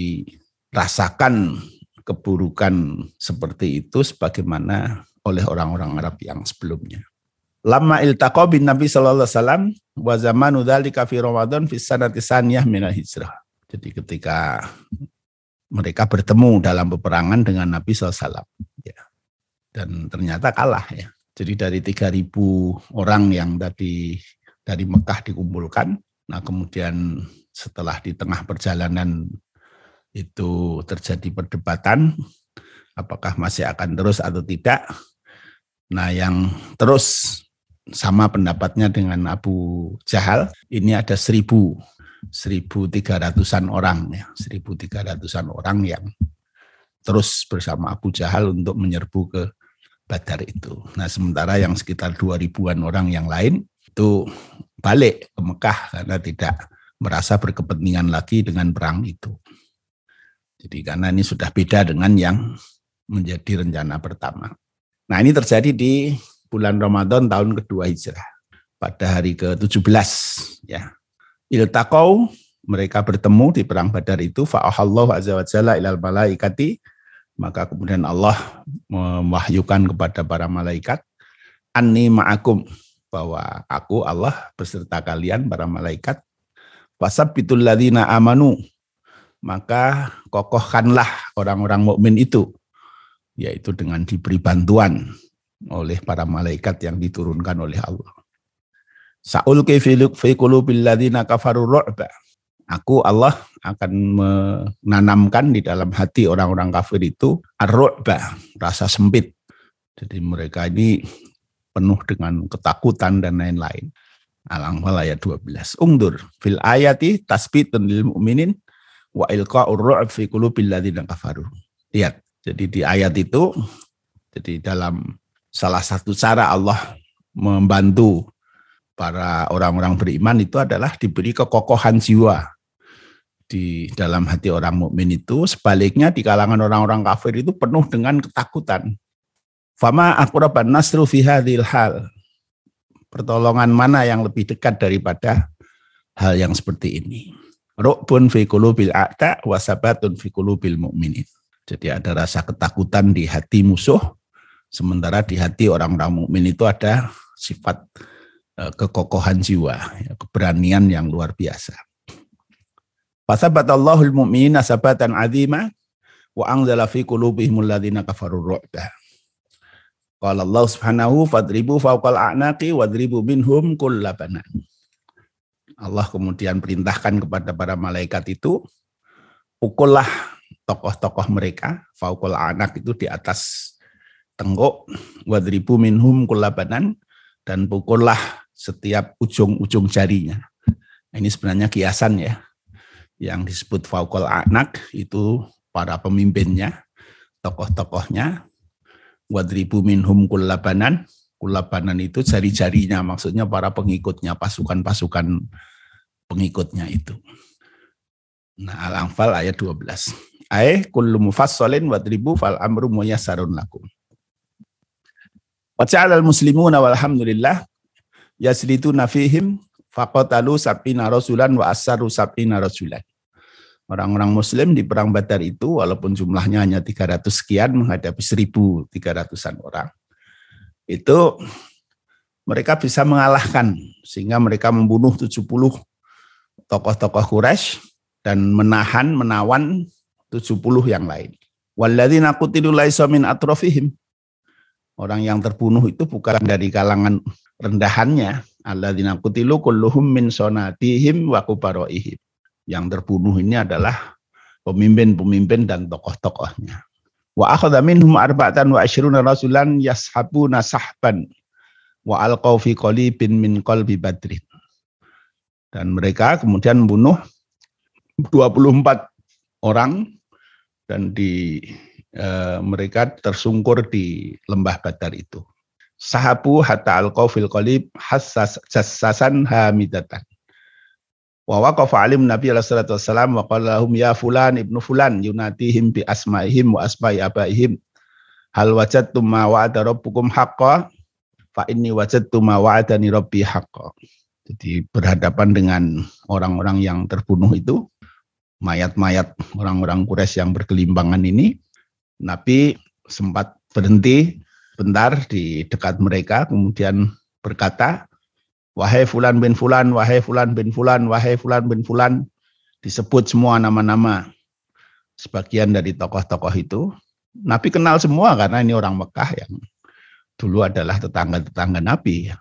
dirasakan keburukan seperti itu sebagaimana oleh orang-orang Arab yang sebelumnya. Lamma iltaqa bin Nabi sallallahu alaihi wasallam wa zamanu dzalika fi Ramadan fi sanati tsaniyah minal hijrah. Jadi ketika mereka bertemu dalam peperangan dengan Nabi sallallahu alaihi wasallam ya. Dan ternyata kalah ya. Jadi dari tiga ribu orang yang tadi dari Mekah dikumpulkan, nah kemudian setelah di tengah perjalanan itu terjadi perdebatan apakah masih akan terus atau tidak. Nah, yang terus sama pendapatnya dengan Abu Jahal, ini ada seribu, seribu tiga ratusan orang ya, seribu tiga ratusan orang yang terus bersama Abu Jahal untuk menyerbu ke Badar itu. Nah, sementara yang sekitar dua ribuan orang yang lain itu balik ke Mekah karena tidak merasa berkepentingan lagi dengan perang itu. Jadi karena ini sudah beda dengan yang menjadi rencana pertama. Nah, ini terjadi di bulan Ramadan tahun kedua Hijrah. Pada hari ke tujuh belas ya. Iltaqau, mereka bertemu di perang Badar itu, fa'ahallahu azza wa jalla ilal malaikati, maka kemudian Allah mewahyukan kepada para malaikat, anni ma'akum, bahwa aku Allah beserta kalian para malaikat, wasabbitul ladzina amanu, maka kokohkanlah orang-orang mukmin itu, yaitu dengan diberi bantuan oleh para malaikat yang diturunkan oleh Allah. Sa'ulqi fi qulubil ladzina kafaru ru'ba. Aku Allah akan menanamkan di dalam hati orang-orang kafir itu ar-ru'ba, rasa sempit. Jadi mereka ini penuh dengan ketakutan dan lain-lain. Al-Anfal ayat dua belas. Ungdur fil ayati tasbitun lil mu'minin wa ilqa'ur ru'b fi qulubil ladzina kafaru. Lihat, jadi di ayat itu, jadi dalam salah satu cara Allah membantu para orang-orang beriman itu adalah diberi kekokohan jiwa di dalam hati orang mukmin itu. Sebaliknya di kalangan orang-orang kafir itu penuh dengan ketakutan. Fama aqraban nasru fi hadhil hal. Pertolongan mana yang lebih dekat daripada hal yang seperti ini? Ru'bun fi qulubil a'da wa sabatun fi qulubil mu'minin. Jadi ada rasa ketakutan di hati musuh, sementara di hati orang-orang mukmin itu ada sifat kekokohan jiwa, keberanian yang luar biasa. Fasabatallahul mu'minina sabatan 'azima wa anzala fi qulubihimul ladzina kafarur ru'ba. Qala Allah Subhanahu fadribu fawqal a'naqi wadribu minhum kullabanan. Allah kemudian perintahkan kepada para malaikat itu, pukullah tokoh-tokoh mereka, fawqal a'naq itu di atas tenggok, wadribu minhum kullabanan, dan pukullah setiap ujung-ujung jarinya. Ini sebenarnya kiasan ya. Yang disebut fawqal a'naq itu para pemimpinnya, tokoh-tokohnya. Wadribu minhum kullabanan. Kullabanan itu jari-jarinya, maksudnya para pengikutnya, pasukan-pasukan pengikutnya itu. Nah, Al-Anfal ayat dua belas. Ai kullu mufassalin wadribu fal amru muyassarun lakum. Wa ja'alal muslimuna walhamdulillah yaslituna fihim faqatalu sab'ina rasulan wa assaru sab'ina rasulan. Orang-orang muslim di perang Badar itu walaupun jumlahnya hanya tiga ratus sekian menghadapi seribu tiga ratusan orang. Itu mereka bisa mengalahkan sehingga mereka membunuh tujuh puluh tokoh-tokoh Quraisy dan menahan menawan tujuh puluh yang lain. Walladzina qutilu laisa min atrafihim. Orang yang terbunuh itu bukan dari kalangan rendahannya. Alladzina qutilu kulluhum min sonatihim wa kubaraihim. Yang terbunuh ini adalah pemimpin-pemimpin dan tokoh-tokohnya. Wa akhadha minhum arba'atan wa asyruna rasulan yashabuna sahban wa alqaw fi qalibin min qalbi badrin. Dan mereka kemudian membunuh dua puluh empat orang dan di eh, mereka tersungkur di lembah Badar itu. Sahabu hatta alqaw fil qalib hassas jassasan hamidatan. Wa waqafa alim Nabi alaihi salatu wassalam wa qala lahum ya fulan ibnu fulan yunatihim bi asma'ihim wa asma'i abaihim hal wajadtum ma wa'ada rabbukum haqqan fa inni wajadtu ma wa'adani rabbi haqqan. Jadi berhadapan dengan orang-orang yang terbunuh itu, mayat-mayat orang-orang Quraisy yang bergelimpangan ini, Nabi sempat berhenti bentar di dekat mereka kemudian berkata, wahai fulan bin fulan, wahai fulan bin fulan, wahai fulan bin fulan, disebut semua nama-nama sebagian dari tokoh-tokoh itu. Nabi kenal semua karena ini orang Mekah yang dulu adalah tetangga-tetangga Nabi.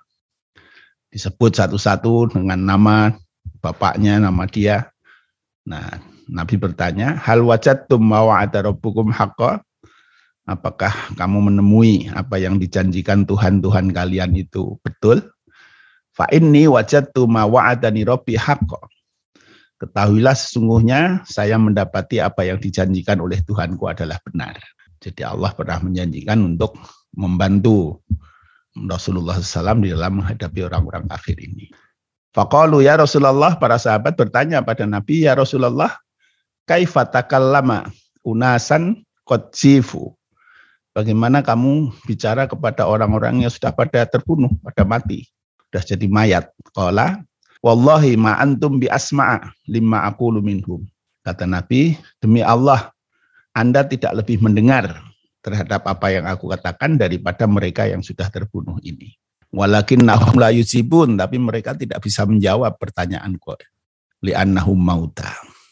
Disebut satu-satu dengan nama bapaknya, nama dia. Nah, Nabi bertanya, hal wajadtum ma wa'ada rabbukum haqqan? Apakah kamu menemui apa yang dijanjikan Tuhan-Tuhan kalian itu betul? Fa inni wajadtu ma wa'adani rabbi haqqan. Ketahuilah sesungguhnya saya mendapati apa yang dijanjikan oleh Tuhanku adalah benar. Jadi Allah pernah menjanjikan untuk membantu Rasulullah shallallahu alaihi wasallam di dalam menghadapi orang-orang kafir ini. Faqalu ya Rasulullah, para sahabat bertanya pada Nabi, ya Rasulullah, kaifa takallama unasan qad jifu. Bagaimana kamu bicara kepada orang-orang yang sudah pada terbunuh, pada mati, sudah jadi mayat? Qala wallahi ma antum bi asma'a limma aqulu minhum. Kata Nabi, demi Allah, Anda tidak lebih mendengar terhadap apa yang aku katakan daripada mereka yang sudah terbunuh ini. Walakinnahum la yujibun, tapi mereka tidak bisa menjawab pertanyaanku. Li'annahum mauta.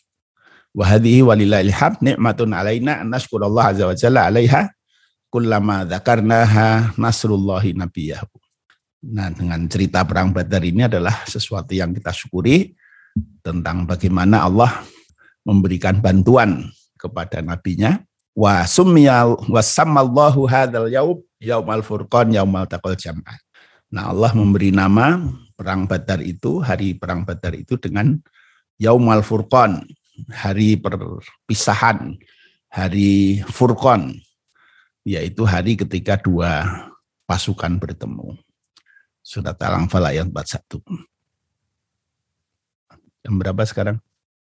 Wa hadhihi walillahil hamd ni'matun alaina an nashkurallaha azza wa jalla 'alaiha kullama dzakarnaha nasrullahi nabiyahu. Nah, dengan cerita perang Badar ini adalah sesuatu yang kita syukuri tentang bagaimana Allah memberikan bantuan kepada nabinya. Wa summiya wa sammallahu hadzal yaum yaumal furqan yaumal taqal jam'an. Nah, Allah memberi nama perang Badar itu, hari perang Badar itu dengan yaumal furqan, hari perpisahan, hari furqan, yaitu hari ketika dua pasukan bertemu. Surat Al-Anfal ayat empat puluh satu. Jam berapa sekarang?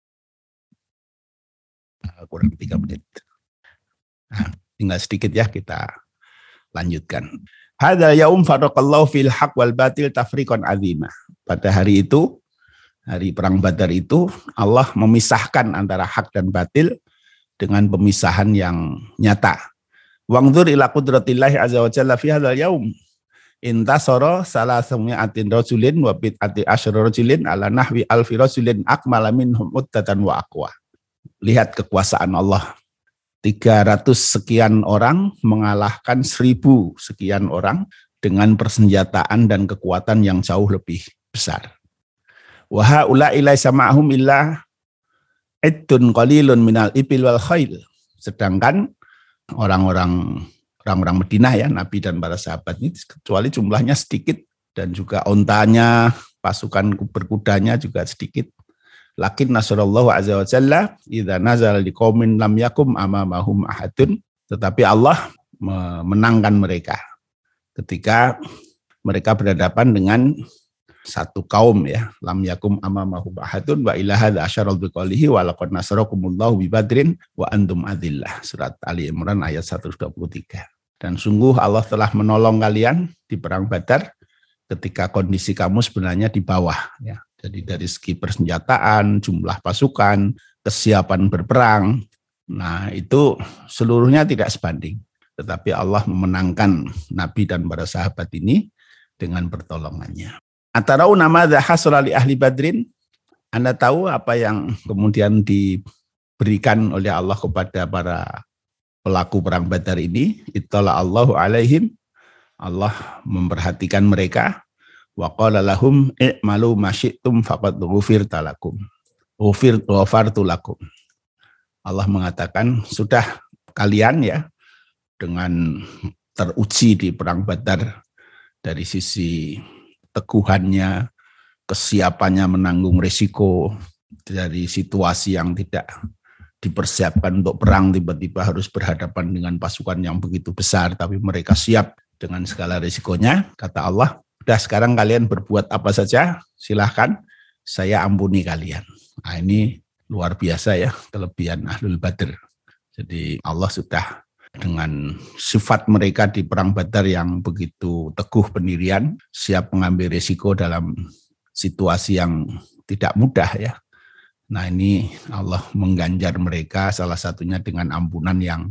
Kurang tiga menit. Nah, tinggal sedikit ya, kita lanjutkan. Hadzal yaum faraqallahu fil haq wal batil tafriqan azimah. Pada hari itu, hari perang Badar itu, Allah memisahkan antara hak dan batil dengan pemisahan yang nyata. Wangdzur ila qudratillahi azza wa jalla fi hadzal yaum. Intasara salasami'atin rajulin wa bid'ati asyra rajulin ala nahwi alfi rajulin akmala minhum uddatan wa aqwa. Lihat kekuasaan Allah. tiga ratus sekian orang mengalahkan seribu sekian orang dengan persenjataan dan kekuatan yang jauh lebih besar. Wa haula'i laisa ma'hum illa iddun qalilun minal ibil wal khail. Sedangkan orang-orang orang-orang Madinah ya, Nabi dan para sahabat ini kecuali jumlahnya sedikit dan juga ontanya, pasukan berkudanya juga sedikit. Lakin nasrullahu azza wa jalla idza nazala liqaumin lam yakum amamahum ahadun Tetapi Allah memenangkan mereka ketika mereka berhadapan dengan satu kaum ya, lam yakum amamahu ahadun wa ila hadza asyaral biqaulihi wa laqad nasarakumullahu bi badrin wa antum adillah. Surat Ali Imran ayat seratus dua puluh tiga. Dan sungguh Allah telah menolong kalian di perang Badar ketika kondisi kamu sebenarnya di bawah ya. Jadi dari segi persenjataan, jumlah pasukan, kesiapan berperang, nah itu seluruhnya tidak sebanding. Tetapi Allah memenangkan Nabi dan para sahabat ini dengan pertolongannya. Atarau nama hasra li ahli Badrin. Anda tahu apa yang kemudian diberikan oleh Allah kepada para pelaku perang Badar ini? Ittala Allahu alaihim. Allah memperhatikan mereka. Wa qala lahum i'malu ma syi'tum faqad ghufirta lakum. Ghufir ghafartu lakum. Allah mengatakan, sudah kalian ya dengan teruji di perang Badar dari sisi teguhannya, kesiapannya menanggung risiko dari situasi yang tidak dipersiapkan untuk perang, tiba-tiba harus berhadapan dengan pasukan yang begitu besar, tapi mereka siap dengan segala risikonya. Kata Allah, udah sekarang kalian berbuat apa saja, silahkan saya ampuni kalian. Nah ini luar biasa ya kelebihan Ahlul Badr. Jadi Allah sudah dengan sifat mereka di perang Badar yang begitu teguh pendirian, siap mengambil risiko dalam situasi yang tidak mudah ya. Nah ini Allah mengganjar mereka salah satunya dengan ampunan yang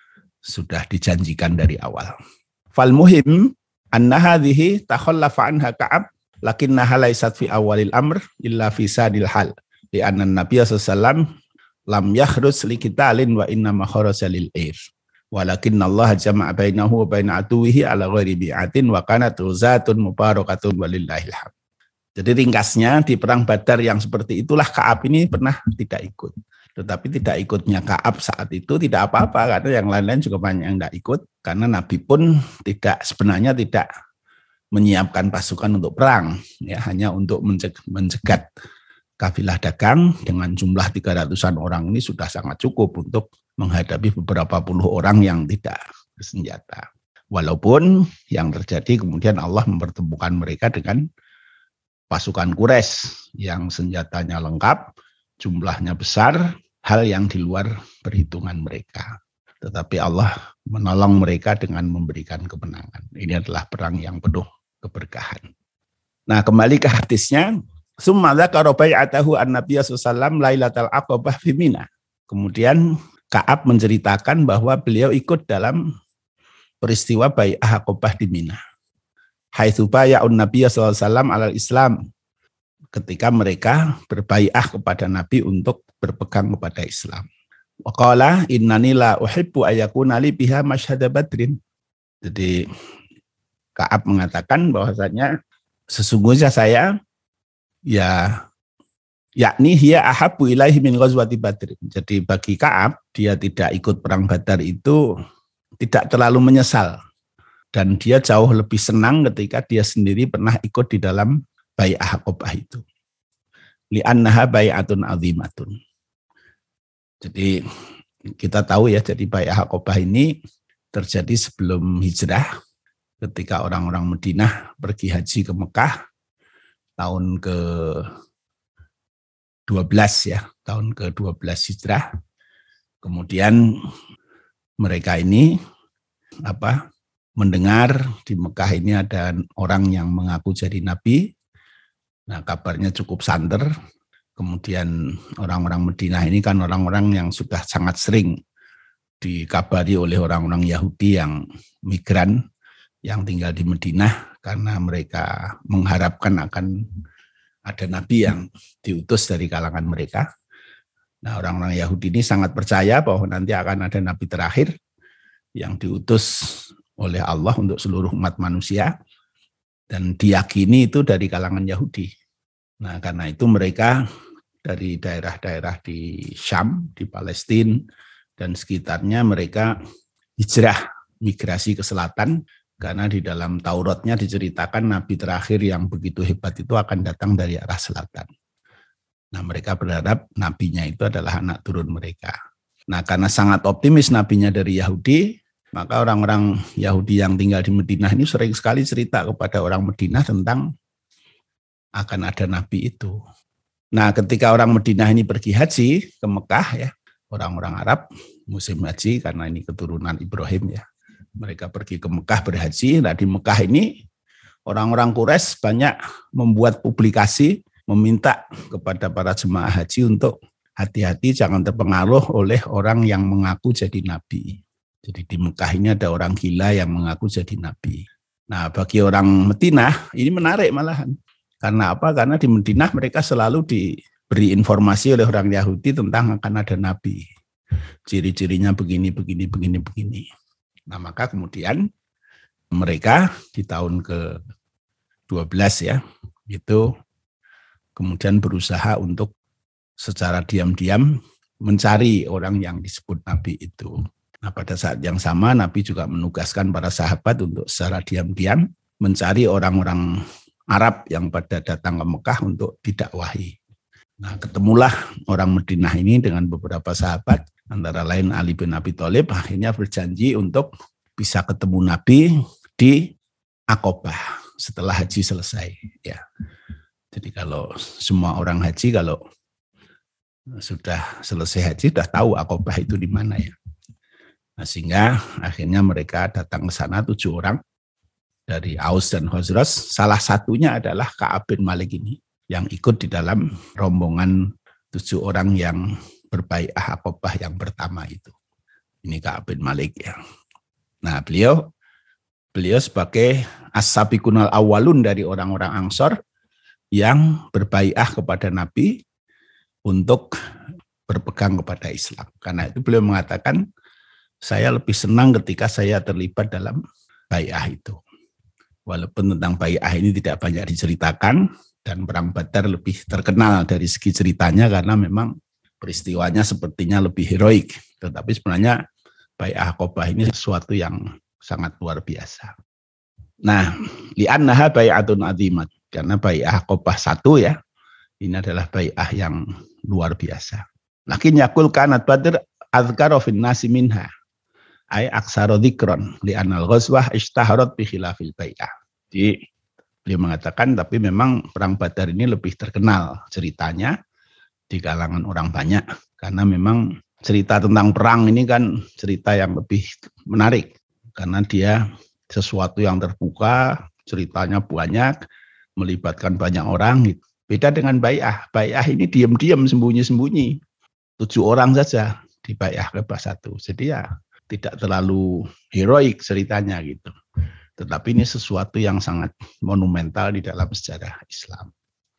sudah dijanjikan dari awal. Fal muhim anna hadhihi takhallafa anha Ka'ab lakinnaha laysat fi awalil amr illa fi sadil hal. Di anna Nabi sallallahu alaihi wasallam lam yakhrus li qitalin wa inna ma kharaja lil air. Walakin Allah jama'a bainahu wa baina atuwihi ala ghairi bi'atin wa kanat uzatun mubarakatun walillahil hamd. Jadi ringkasnya di perang Badar yang seperti itulah Ka'ab ini pernah tidak ikut. Tetapi tidak ikutnya Ka'ab saat itu tidak apa-apa karena yang lain-lain juga banyak yang tidak ikut karena Nabi pun tidak sebenarnya tidak menyiapkan pasukan untuk perang ya, hanya untuk mencegat kafilah dagang dengan jumlah tiga ratusan orang ini sudah sangat cukup untuk menghadapi beberapa puluh orang yang tidak bersenjata. Walaupun yang terjadi kemudian Allah mempertemukan mereka dengan pasukan Quraisy yang senjatanya lengkap, jumlahnya besar, hal yang di luar perhitungan mereka. Tetapi Allah menolong mereka dengan memberikan kemenangan. Ini adalah perang yang penuh keberkahan. Nah kembali ke hadisnya. Summa dzakara bai'atahu an-nabiy sallallahu alaihi wasallam lailatal aqabah fi Mina. Kemudian Ka'ab menceritakan bahwa beliau ikut dalam peristiwa bai'ah Aqabah di Mina. Haitsu bai'un nabiy sallallahu alaihi wasallam alal Islam. Ketika mereka berbai'ah kepada Nabi untuk berpegang kepada Islam. Wa qala innani la uhibbu ayyakuna li biha masyhad badrin. Jadi Ka'ab mengatakan bahwasanya sesungguhnya saya ya yakni hiya ahabbu ilaihi min ghazwati Badr. Jadi bagi Ka'ab dia tidak ikut perang Badar itu tidak terlalu menyesal dan dia jauh lebih senang ketika dia sendiri pernah ikut di dalam bai'ah Aqabah itu. Li'annaha bai'atun 'azimatun. Jadi kita tahu ya, jadi bai'ah Aqabah ini terjadi sebelum hijrah ketika orang-orang Madinah pergi haji ke Mekah tahun ke dua belas ya, tahun ke dua belas hijrah. Kemudian mereka ini apa mendengar di Mekah ini ada orang yang mengaku jadi nabi. Nah, kabarnya cukup santer. Kemudian orang-orang Madinah ini kan orang-orang yang sudah sangat sering dikabari oleh orang-orang Yahudi yang migran yang tinggal di Madinah karena mereka mengharapkan akan ada nabi yang diutus dari kalangan mereka. Nah, orang-orang Yahudi ini sangat percaya bahwa nanti akan ada nabi terakhir yang diutus oleh Allah untuk seluruh umat manusia dan diyakini itu dari kalangan Yahudi. Nah, karena itu mereka dari daerah-daerah di Syam, di Palestina dan sekitarnya mereka hijrah migrasi ke selatan. Karena di dalam Tauratnya diceritakan nabi terakhir yang begitu hebat itu akan datang dari arah selatan. Nah mereka berharap nabinya itu adalah anak turun mereka. Nah, karena sangat optimis nabinya dari Yahudi, maka orang-orang Yahudi yang tinggal di Madinah ini sering sekali cerita kepada orang Madinah tentang akan ada nabi itu. Nah, ketika orang Madinah ini pergi haji ke Mekah ya, orang-orang Arab musim haji karena ini keturunan Ibrahim ya. Mereka pergi ke Mekah berhaji. Nah, di Mekah ini orang-orang Quraisy banyak membuat publikasi meminta kepada para jemaah haji untuk hati-hati jangan terpengaruh oleh orang yang mengaku jadi nabi. Jadi di Mekah ini ada orang gila yang mengaku jadi nabi. Nah, bagi orang Madinah ini menarik malahan. Karena apa? Karena di Madinah mereka selalu diberi informasi oleh orang Yahudi tentang akan ada nabi. Ciri-cirinya begini, begini, begini, begini. Nah, maka kemudian mereka di tahun ke dua belas ya, itu kemudian berusaha untuk secara diam-diam mencari orang yang disebut nabi itu. Nah, pada saat yang sama Nabi juga menugaskan para sahabat untuk secara diam-diam mencari orang-orang Arab yang pada datang ke Mekah untuk didakwahi. Nah, ketemulah orang Madinah ini dengan beberapa sahabat, antara lain Ali bin Abi Thalib, akhirnya berjanji untuk bisa ketemu Nabi di Aqabah setelah haji selesai. Ya, jadi kalau semua orang haji kalau sudah selesai haji sudah tahu Aqabah itu di mana ya. Nah, sehingga akhirnya mereka datang ke sana tujuh orang. Dari Aus dan Khazraj, salah satunya adalah Ka'ab bin Malik ini yang ikut di dalam rombongan tujuh orang yang berbai'ah Aqabah yang pertama itu. Ini Ka'ab bin Malik ya. Nah, beliau beliau sebagai as-sabiqunal awwalun dari orang-orang Ansor yang berbai'ah kepada Nabi untuk berpegang kepada Islam. Karena itu beliau mengatakan, saya lebih senang ketika saya terlibat dalam bai'ah itu. Walaupun tentang bai'ah ini tidak banyak diceritakan dan perang Badar lebih terkenal dari segi ceritanya karena memang peristiwanya sepertinya lebih heroik. Tetapi sebenarnya bai'ah Aqabah ini sesuatu yang sangat luar biasa. Nah, li'annaha bai'atun azimat. Karena bai'ah Aqabah satu ya, ini adalah bai'ah yang luar biasa. Lakin yakul kanat Badr azkara fin nasi minha. Ay aksaro dzikron li anal ghazwah ishtaharat bi khilafil bai'ah. Jadi beliau mengatakan tapi memang perang Badar ini lebih terkenal ceritanya di kalangan orang banyak karena memang cerita tentang perang ini kan cerita yang lebih menarik karena dia sesuatu yang terbuka, ceritanya banyak, melibatkan banyak orang. Beda dengan bai'ah. Bai'ah ini diam-diam sembunyi-sembunyi. Tujuh orang saja di bai'ah Aqabah satu. Jadi ya tidak terlalu heroik ceritanya gitu. Tetapi ini sesuatu yang sangat monumental di dalam sejarah Islam.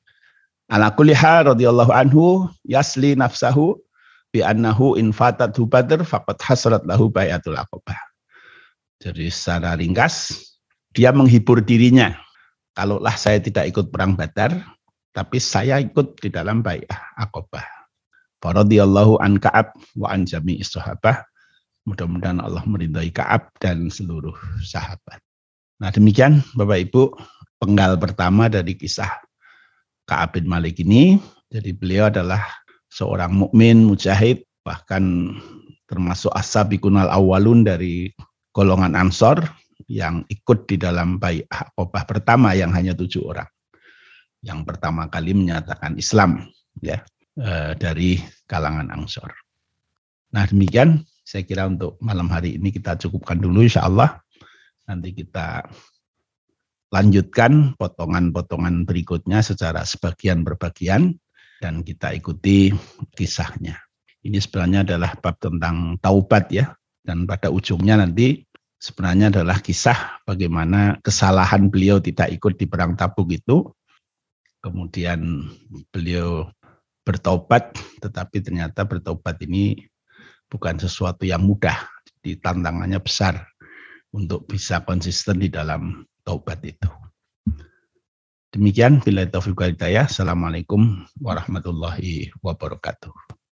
Ala kulli hal radhiyallahu anhu yasli nafsahu bi annahu in fatatu badr faqad hasrat lahu bai'atul Aqabah. Jadi secara ringkas dia menghibur dirinya. Kalaulah saya tidak ikut perang Badar, tapi saya ikut di dalam bai'ah Aqabah. Faradhiyallahu an Ka'ab wa an jami'is sahabah. Mudah-mudahan Allah meridhai Ka'ab dan seluruh sahabat. Nah, demikian Bapak Ibu penggal pertama dari kisah Ka'ab bin Malik ini. Jadi beliau adalah seorang mukmin mujahid, bahkan termasuk as-sabiqunal awwalun dari golongan Ansor yang ikut di dalam bai'ah Aqabah pertama yang hanya tujuh orang. Yang pertama kali menyatakan Islam ya eh, dari kalangan Ansor. Nah, demikian saya kira untuk malam hari ini kita cukupkan dulu insya Allah. Nanti kita lanjutkan potongan-potongan berikutnya secara sebagian berbagian dan kita ikuti kisahnya. Ini sebenarnya adalah bab tentang taubat ya. Dan pada ujungnya nanti sebenarnya adalah kisah bagaimana kesalahan beliau tidak ikut di perang Tabuk itu. Kemudian beliau bertaubat, tetapi ternyata bertaubat ini bukan sesuatu yang mudah, di tantangannya besar untuk bisa konsisten di dalam taubat itu. Demikian, billahi taufiq wal hidayah. Assalamualaikum warahmatullahi wabarakatuh.